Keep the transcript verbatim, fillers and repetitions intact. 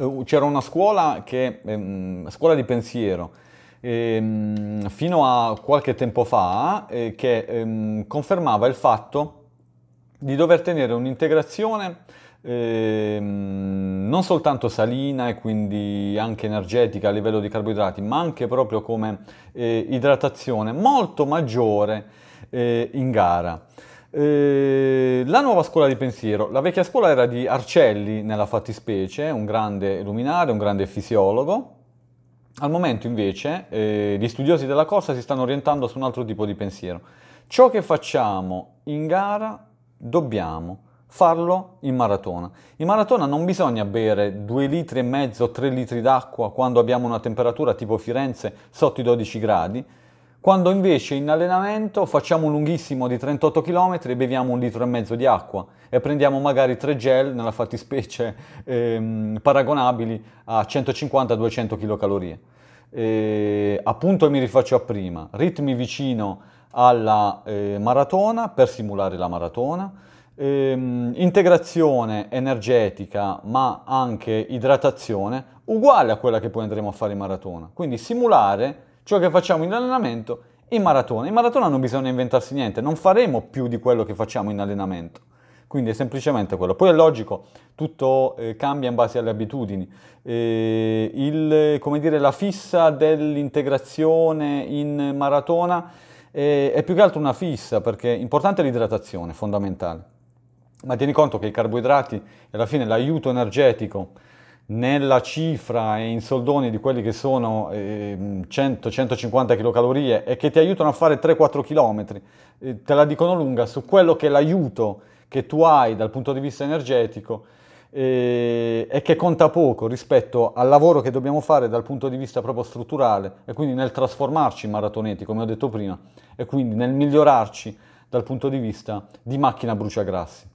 eh, c'era una scuola che, ehm, scuola di pensiero, ehm, fino a qualche tempo fa, eh, che ehm, confermava il fatto di dover tenere un'integrazione ehm, non soltanto salina e quindi anche energetica a livello di carboidrati, ma anche proprio come eh, idratazione molto maggiore eh, in gara. Eh, la nuova scuola di pensiero, la vecchia scuola era di Arcelli nella fattispecie, un grande luminare, un grande fisiologo. Al momento invece eh, gli studiosi della corsa si stanno orientando su un altro tipo di pensiero. Ciò che facciamo in gara dobbiamo farlo in maratona. In maratona non bisogna bere due litri e mezzo, tre litri d'acqua quando abbiamo una temperatura tipo Firenze sotto i dodici gradi, quando invece in allenamento facciamo un lunghissimo di trentotto chilometri e beviamo un litro e mezzo di acqua e prendiamo magari tre gel, nella fattispecie ehm, paragonabili a centocinquanta duecento kcal. E, appunto mi rifaccio a prima, ritmi vicino alla eh, maratona per simulare la maratona, ehm, integrazione energetica ma anche idratazione uguale a quella che poi andremo a fare in maratona, quindi simulare ciò che facciamo in allenamento in maratona. In maratona non bisogna inventarsi niente, non faremo più di quello che facciamo in allenamento. Quindi è semplicemente quello. Poi è logico, tutto eh, cambia in base alle abitudini. Eh, il, come dire, la fissa dell'integrazione in maratona eh, è più che altro una fissa, perché è importante l'idratazione, fondamentale. Ma tieni conto che i carboidrati, alla fine l'aiuto energetico nella cifra e in soldoni di quelli che sono eh, cento centocinquanta kcal e che ti aiutano a fare tre quattro km, eh, te la dicono lunga su quello che è l'aiuto che tu hai dal punto di vista energetico eh, e che conta poco rispetto al lavoro che dobbiamo fare dal punto di vista proprio strutturale e quindi nel trasformarci in maratoneti, come ho detto prima, e quindi nel migliorarci dal punto di vista di macchina bruciagrassi.